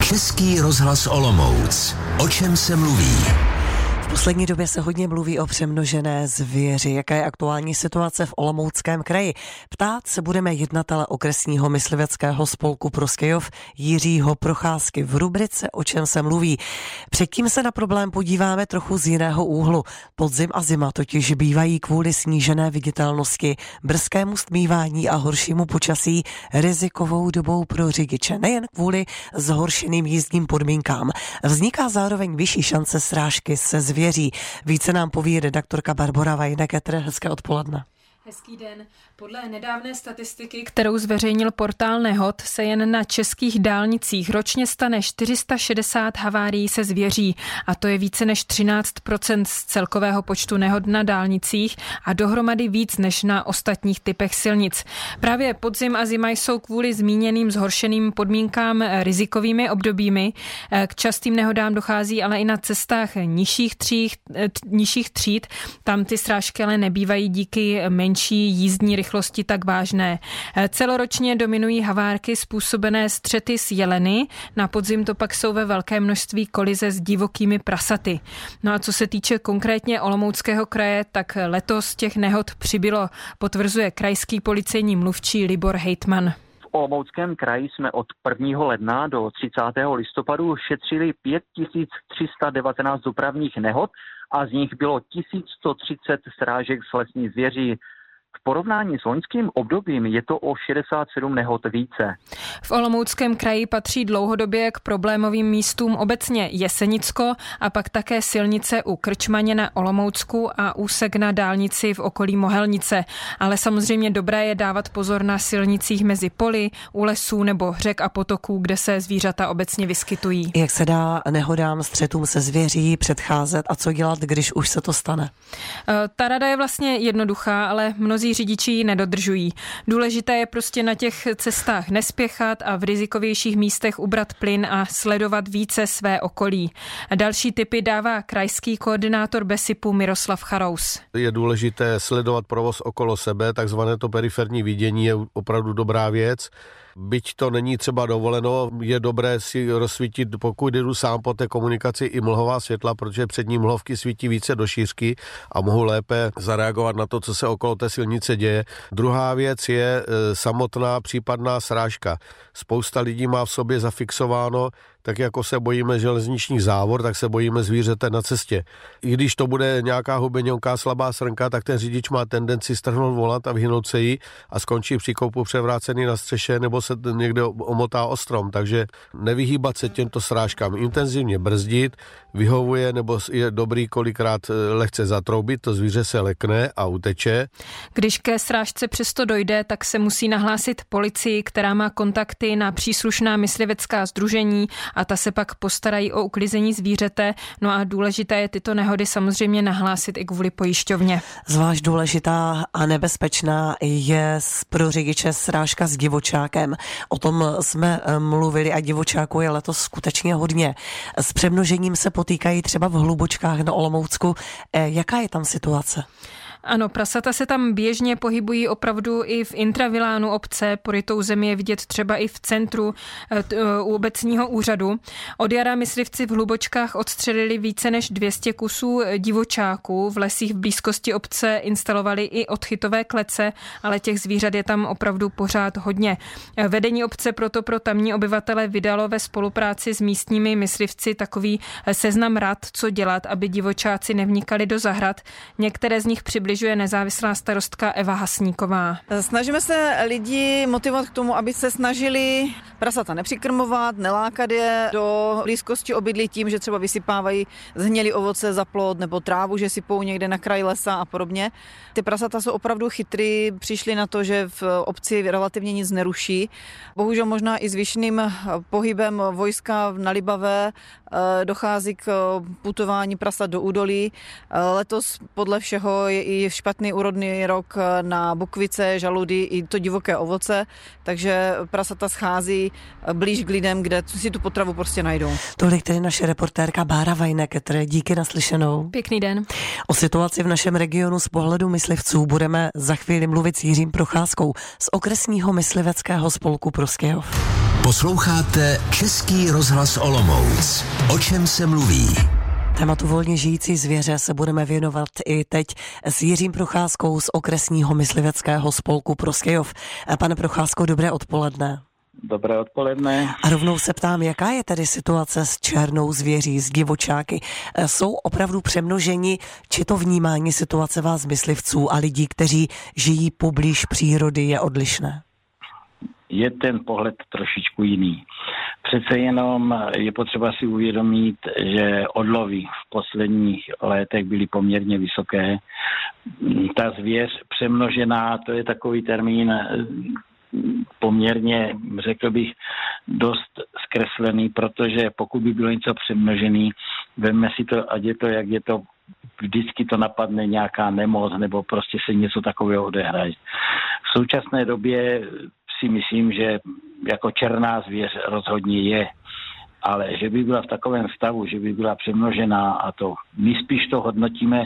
Český rozhlas Olomouc. O čem se mluví? V poslední době se hodně mluví o přemnožené zvěři. Jaká je aktuální situace v Olomouckém kraji? Ptát se budeme jednatele okresního mysliveckého spolku Prostějov Jiřího Procházky v rubrice O čem se mluví. Předtím se na problém podíváme trochu z jiného úhlu. Podzim a zima totiž bývají kvůli snížené viditelnosti, brzkému stmívání a horšímu počasí rizikovou dobou pro řidiče. Nejen kvůli zhoršeným jízdním podmínkám. Vzniká zároveň vyšší šance srážky se zvěří. Více nám poví redaktorka Barbora Vajneketr. Hezké odpoledne. Hezký den. Podle nedávné statistiky, kterou zveřejnil portál Nehod, se jen na českých dálnicích ročně stane 460 havárií se zvěří a to je více než 13% z celkového počtu nehod na dálnicích a dohromady víc než na ostatních typech silnic. Právě podzim a zima jsou kvůli zmíněným zhoršeným podmínkám rizikovými obdobími. K častým nehodám dochází ale i na cestách nižších tříd. Tam ty srážky ale nebývají díky menší jízdní rychlosti tak vážné. Celoročně dominují havárky způsobené střety s jeleny, na podzim to pak jsou ve velké množství kolize s divokými prasaty. No a co se týče konkrétně Olomouckého kraje, tak letos těch nehod přibylo, potvrzuje krajský policejní mluvčí Libor Hejtman. V Olomouckém kraji jsme od 1. ledna do 30. listopadu šetřili 5319 dopravních nehod a z nich bylo 1130 srážek s lesní zvěří. V porovnání s loňským obdobím je to o 67 nehod více. V Olomouckém kraji patří dlouhodobě k problémovým místům obecně Jesenicko a pak také silnice u Krčmaně na Olomoucku a úsek na dálnici v okolí Mohelnice. Ale samozřejmě dobré je dávat pozor na silnicích mezi poli, u lesů nebo řek a potoků, kde se zvířata obecně vyskytují. Jak se dá nehodám, střetům se zvěří předcházet a co dělat, když už se to stane? Ta rada je vlastně jednoduchá, ale mnozí řidiči ji nedodržují. Důležité je prostě na těch cestách nespěchat a v rizikovějších místech ubrat plyn a sledovat více své okolí. Další tipy dává krajský koordinátor BESIPu Miroslav Charous. Je důležité sledovat provoz okolo sebe, takzvané to periferní vidění je opravdu dobrá věc. Byť to není třeba dovoleno, je dobré si rozsvítit, pokud jdu sám po té komunikaci, i mlhová světla, protože přední mlhovky svítí více do šířky a mohu lépe zareagovat na to, co se okolo té silnice děje. Druhá věc je samotná případná srážka. Spousta lidí má v sobě zafixováno, tak jako se bojíme železničních závor, tak se bojíme zvířete na cestě. I když to bude nějaká hubeňonká slabá srnka, tak ten řidič má tendenci strhnout volant a vyhnout se jí a skončí při koupu převrácený na střeše nebo se někde omotá o strom. Takže nevyhýbat se těmto srážkám, intenzivně brzdit, vyhovuje nebo je dobrý kolikrát lehce zatroubit, to zvíře se lekne a uteče. Když ke srážce přesto dojde, tak se musí nahlásit policii, která má kontakty na příslušná myslivecká sdružení a ta se pak postarají o uklizení zvířete. No a důležité je tyto nehody samozřejmě nahlásit i kvůli pojišťovně. Zvlášť důležitá a nebezpečná je pro řidiče srážka s divočákem. O tom jsme mluvili a divočáků je letos skutečně hodně. S přemnožením se potýkají třeba v Hlubočkách na Olomoucku. Jaká je tam situace? Ano, prasata se tam běžně pohybují opravdu i v intravilánu obce, porytou zemi je vidět třeba i v centru u obecního úřadu. Od jara myslivci v Hlubočkách odstřelili více než 200 kusů divočáků. V lesích v blízkosti obce instalovali i odchytové klece, ale těch zvířat je tam opravdu pořád hodně. Vedení obce proto pro tamní obyvatele vydalo ve spolupráci s místními myslivci takový seznam rad, co dělat, aby divočáci nevnikali do zahrad. Některé z nich přibližuje nezávislá starostka Eva Hasníková. Snažíme se lidi motivovat k tomu, aby se snažili prasata nepřikrmovat, nelákat je do blízkosti obydlí tím, že třeba vysypávají zhnilý ovoce za plot nebo trávu, že sypou někde na kraji lesa a podobně. Ty prasata jsou opravdu chytrý, přišli na to, že v obci relativně nic neruší. Bohužel možná i zvýšeným pohybem vojska na Libavé dochází k putování prasat do údolí. Letos podle všeho je i špatný úrodný rok na bukvice, žaludy i to divoké ovoce, takže prasata schází blíž k lidem, kde si tu potravu prostě najdou. Tolik tedy naše reportérka Bára Vajneketr. Díky, naslyšenou. Pěkný den. O situaci v našem regionu z pohledu myslivců budeme za chvíli mluvit s Jiřím Procházkou z okresního mysliveckého spolku Prostějov. Posloucháte Český rozhlas Olomouc. O čem se mluví? Tématu volně žijící zvěře se budeme věnovat i teď s Jiřím Procházkou z okresního mysliveckého spolku Prostějov. Pane Procházko, dobré odpoledne. Dobré odpoledne. A rovnou se ptám, jaká je tedy situace s černou zvěří, s divočáky? Jsou opravdu přemnoženi, či to vnímání situace vás myslivců a lidí, kteří žijí poblíž přírody, je odlišné? Je ten pohled trošičku jiný. Přece jenom je potřeba si uvědomit, že odlovy v posledních letech byly poměrně vysoké. Ta zvěř přemnožená, to je takový termín poměrně, řekl bych, dost zkreslený, protože pokud by bylo něco přemnožený, veme si to, ať je to, jak je to, vždycky to napadne nějaká nemoc, nebo prostě se něco takového odehraje. V současné době si myslím, že jako černá zvěř rozhodně je, ale že by byla v takovém stavu, že by byla přemnožená a to, my spíš to hodnotíme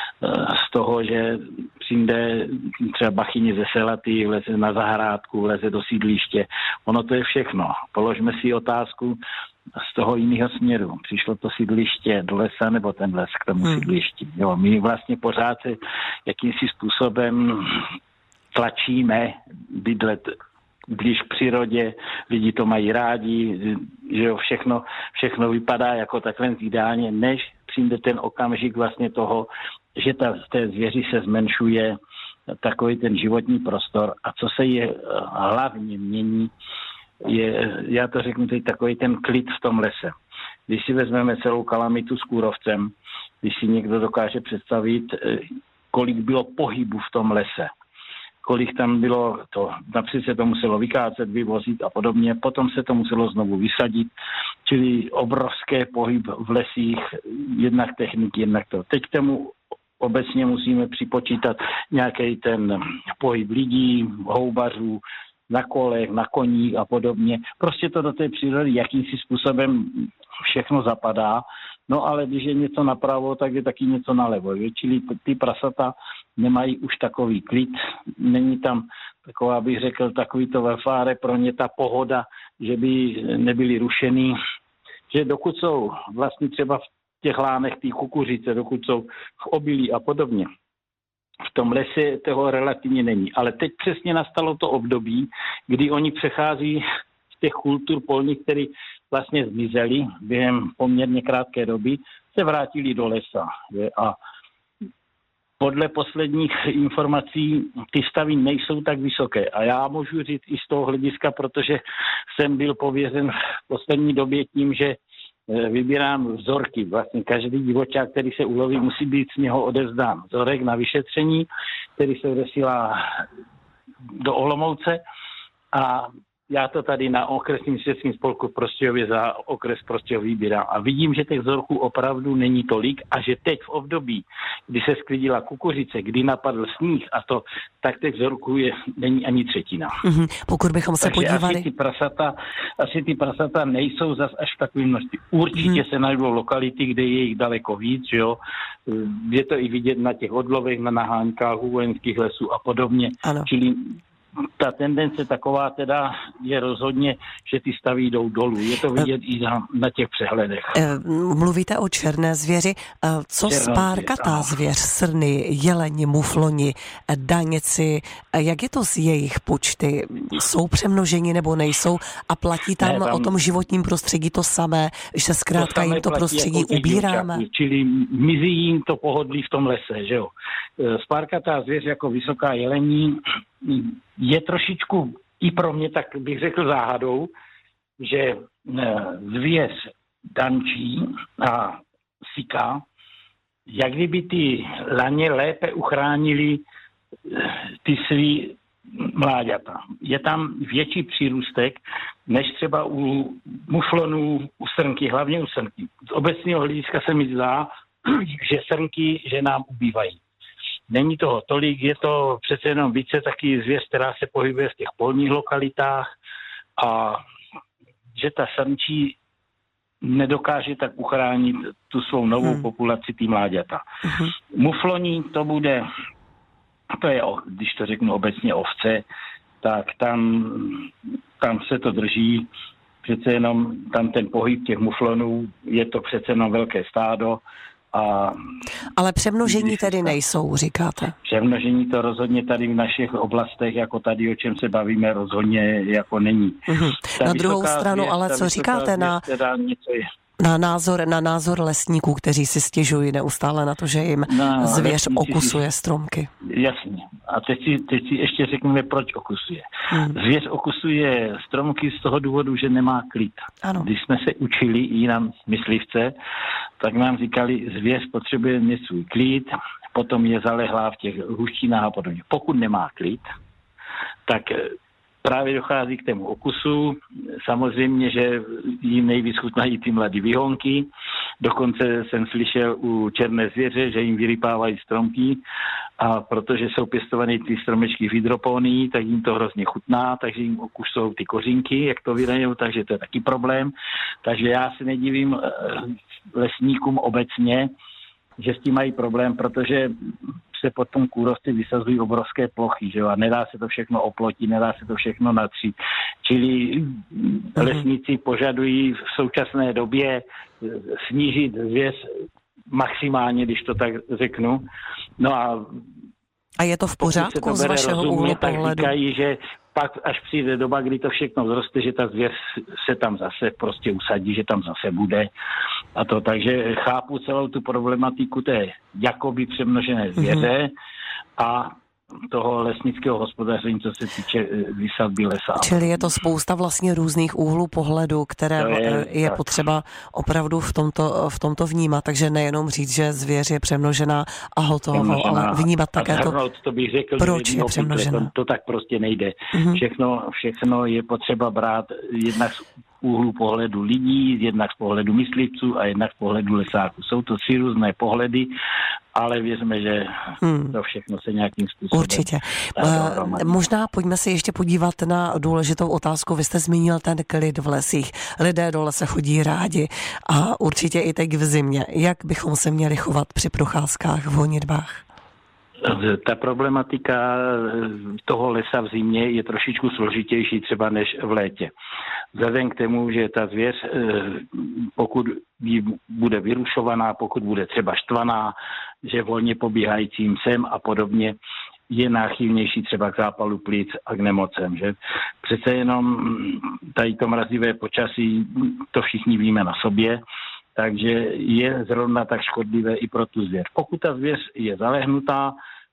z toho, že přijde třeba bachyně ze selaty, vleze na zahrádku, vleze do sídliště. Ono to je všechno. Položme si otázku z toho jiného směru. Přišlo to sídliště do lesa nebo ten les k tomu sídlišti. Jo, my vlastně pořád se jakýmsi způsobem tlačíme bydlet blíž k přírodě, lidi to mají rádi, že jo, všechno vypadá jako takhle ideálně, než přijde ten okamžik vlastně toho, že z té zvěři se zmenšuje takový ten životní prostor a co se je hlavně mění, je, já to řeknu teď, takový ten klid v tom lese. Když si vezmeme celou kalamitu s kůrovcem, když si někdo dokáže představit, kolik bylo pohybu v tom lese, kolik tam bylo to, například se to muselo vykácet, vyvozit a podobně, potom se to muselo znovu vysadit, čili obrovské pohyb v lesích, jednak techniky, jednak to. Teď k tomu obecně musíme připočítat nějaký ten pohyb lidí, houbařů, na kolech, na koních a podobně. Prostě to do té přírody jakýmsi způsobem všechno zapadá. No ale když je něco napravo, tak je taky něco nalevo. Čili ty prasata nemají už takový klid. Není tam taková, bych řekl, takový to velfáre, pro ně ta pohoda, že by nebyly rušený. Že dokud jsou vlastně třeba v těch lánech té kukuřice, dokud jsou v obilí a podobně, v tom lese toho relativně není. Ale teď přesně nastalo to období, kdy oni přechází z těch kultur polních, které vlastně zmizely během poměrně krátké doby, se vrátili do lesa. A podle posledních informací ty stavy nejsou tak vysoké. A já můžu říct i z toho hlediska, protože jsem byl pověřen v poslední době tím, že vybírám vzorky. Vlastně každý divočák, který se uloví, musí být z něho odevzdán vzorek na vyšetření, který se odesílá do Olomouce a já to tady na okresním mysliveckém spolku v Prostějově za okres Prostějov vybírám. A vidím, že těch vzorků opravdu není tolik a že teď v období, kdy se sklidila kukuřice, kdy napadl sníh a to, tak těch vzorků není ani třetina. Pokud bychom se podívali... Asi ty prasata nejsou zas až v takovém množství. Určitě se najdou lokality, kde je jich daleko víc, jo. Je to i vidět na těch odlovech, na naháňkách u vojenských lesů a podobně. Ano. Čili ta tendence taková teda je rozhodně, že ty stavy jdou dolů. Je to vidět i na těch přehledech. Mluvíte o černé zvěři. Co spárkatá zvěř, srny, jeleni, mufloni, daněci, jak je to s jejich počty? Jsou přemnoženi nebo nejsou? A platí tam o tom životním prostředí to samé, že zkrátka jim to prostředí jako ubíráme? Čili mizí jim to pohodlí v tom lese, že jo. Spárkatá zvěř jako vysoká jelení je trošičku i pro mě, tak bych řekl, záhadou, že zvěř dančí a syká, jak kdyby ty laně lépe uchránili ty svý mláďata. Je tam větší přírůstek, než třeba u muflonů, u srnky, hlavně u srnky. Z obecného hlediska se mi zdá, že srnky, že nám ubývají. Není toho tolik, je to přece jenom více taky zvěř, která se pohybuje v těch polních lokalitách a že ta srnčí nedokáže tak uchránit tu svou novou populaci, ty mláďata. Mufloní to bude, to je, když to řeknu obecně ovce, tak tam se to drží přece jenom tam ten pohyb těch muflonů, je to přece jenom velké stádo. Ale přemnožení tedy nejsou, říkáte? Přemnožení to rozhodně tady v našich oblastech, jako tady, o čem se bavíme, rozhodně jako není. Na druhou stranu, ale co říkáte na názor lesníků, kteří si stěžují neustále na to, že jim zvěř okusuje stromky? Jasně. A teď si ještě řekneme, proč okusuje. Zvěř okusuje stromky z toho důvodu, že nemá klid. Ano. Když jsme se učili jinam myslivce, tak nám říkali, zvěř potřebuje mít svůj klid, potom je zalehlá v těch hůštinách a podobně. Pokud nemá klid, tak právě dochází k tému okusu. Samozřejmě, že jim nejvíc chutnají ty mladé výhonky. Dokonce jsem slyšel u černé zvěře, že jim vyrypávají stromky a protože jsou pěstované ty stromečky v hydroponii, tak jim to hrozně chutná, takže jim okusou ty kořínky, jak to vyrejou, takže to je taky problém. Takže já se nedivím lesníkům obecně, že s tím mají problém, protože se potom kůrovci vysazují obrovské plochy, že jo? A nedá se to všechno oplotit, nedá se to všechno natřít. Čili lesníci požadují v současné době snížit zvěř maximálně, když to tak řeknu. No a je to v pořádku z vašeho úhlu pohledu? Říkají, že pak, až přijde doba, kdy to všechno vzroste, že ta zvěř se tam zase prostě usadí, že tam zase bude a to. Takže chápu celou tu problematiku té jakoby přemnožené zvěře a toho lesnického hospodaření, co se týče výsadby lesa. Čili je to spousta vlastně různých úhlů pohledu, které je potřeba opravdu v tomto vnímat. Takže nejenom říct, že zvěř je přemnožená a hotovo, ale vnímat také to bych řekl, proč je přemnožená. To tak prostě nejde. Všechno je potřeba brát jednak z úhlu pohledu lidí, jednak z pohledu myslivců a jednak z pohledu lesáků. Jsou to 3 různé pohledy, ale věřme, že to všechno se nějakým způsobem... Určitě. Možná pojďme se ještě podívat na důležitou otázku. Vy jste zmínil ten klid v lesích. Lidé do lesa chodí rádi a určitě i teď v zimě. Jak bychom se měli chovat při procházkách v honitbách? Ta problematika toho lesa v zimě je trošičku složitější třeba než v létě. Vzhledem k tomu, že ta zvěř, pokud bude vyrušovaná, pokud bude třeba štvaná, že volně pobíhajícím sem a podobně, je náchylnější třeba k zápalu plic a k nemocem. Že? Přece jenom tady to mrazivé počasí, to všichni víme na sobě, takže je zrovna tak škodlivé i pro tu zvěř. Pokud ta zvěř je zalehnutá,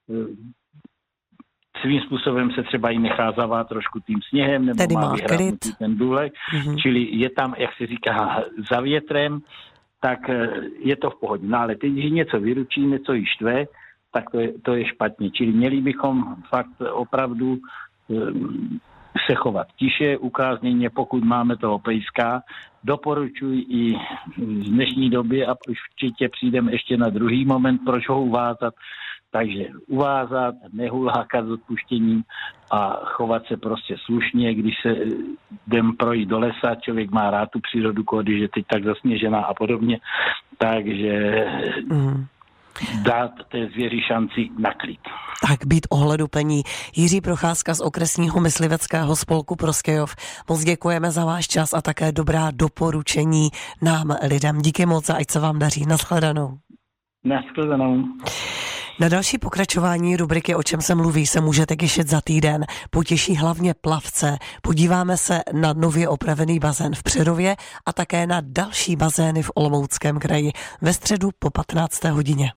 svým způsobem se třeba i nechá zavát trošku tím sněhem, nebo tedy má vyhrávnutý ten důlek, čili je tam, jak se říká, za větrem, tak je to v pohodě. No ale teď, když něco vyručí, něco jí štve, tak to je špatně. Čili měli bychom fakt opravdu se chovat tiše, ukázněně, pokud máme toho pejska. Doporučuji i v dnešní době a určitě přijdeme ještě na druhý moment, proč ho uvázat. Takže uvázat, nehulákat s odpuštěním a chovat se prostě slušně, když se jdem projít do lesa, člověk má rád tu přírodu, když je teď tak zasněžená a podobně, takže dát té zvěři šanci na klid. Tak být ohleduplní. Jiří Procházka z okresního mysliveckého spolku Prostějov. Moc děkujeme za váš čas a také dobrá doporučení nám lidem. Díky moc a ať se vám daří. Nashledanou. Nashledanou. Na další pokračování rubriky O čem se mluví se můžete těšit za týden. Potěší hlavně plavce. Podíváme se na nově opravený bazén v Přerově a také na další bazény v Olomouckém kraji ve středu po 15. hodině.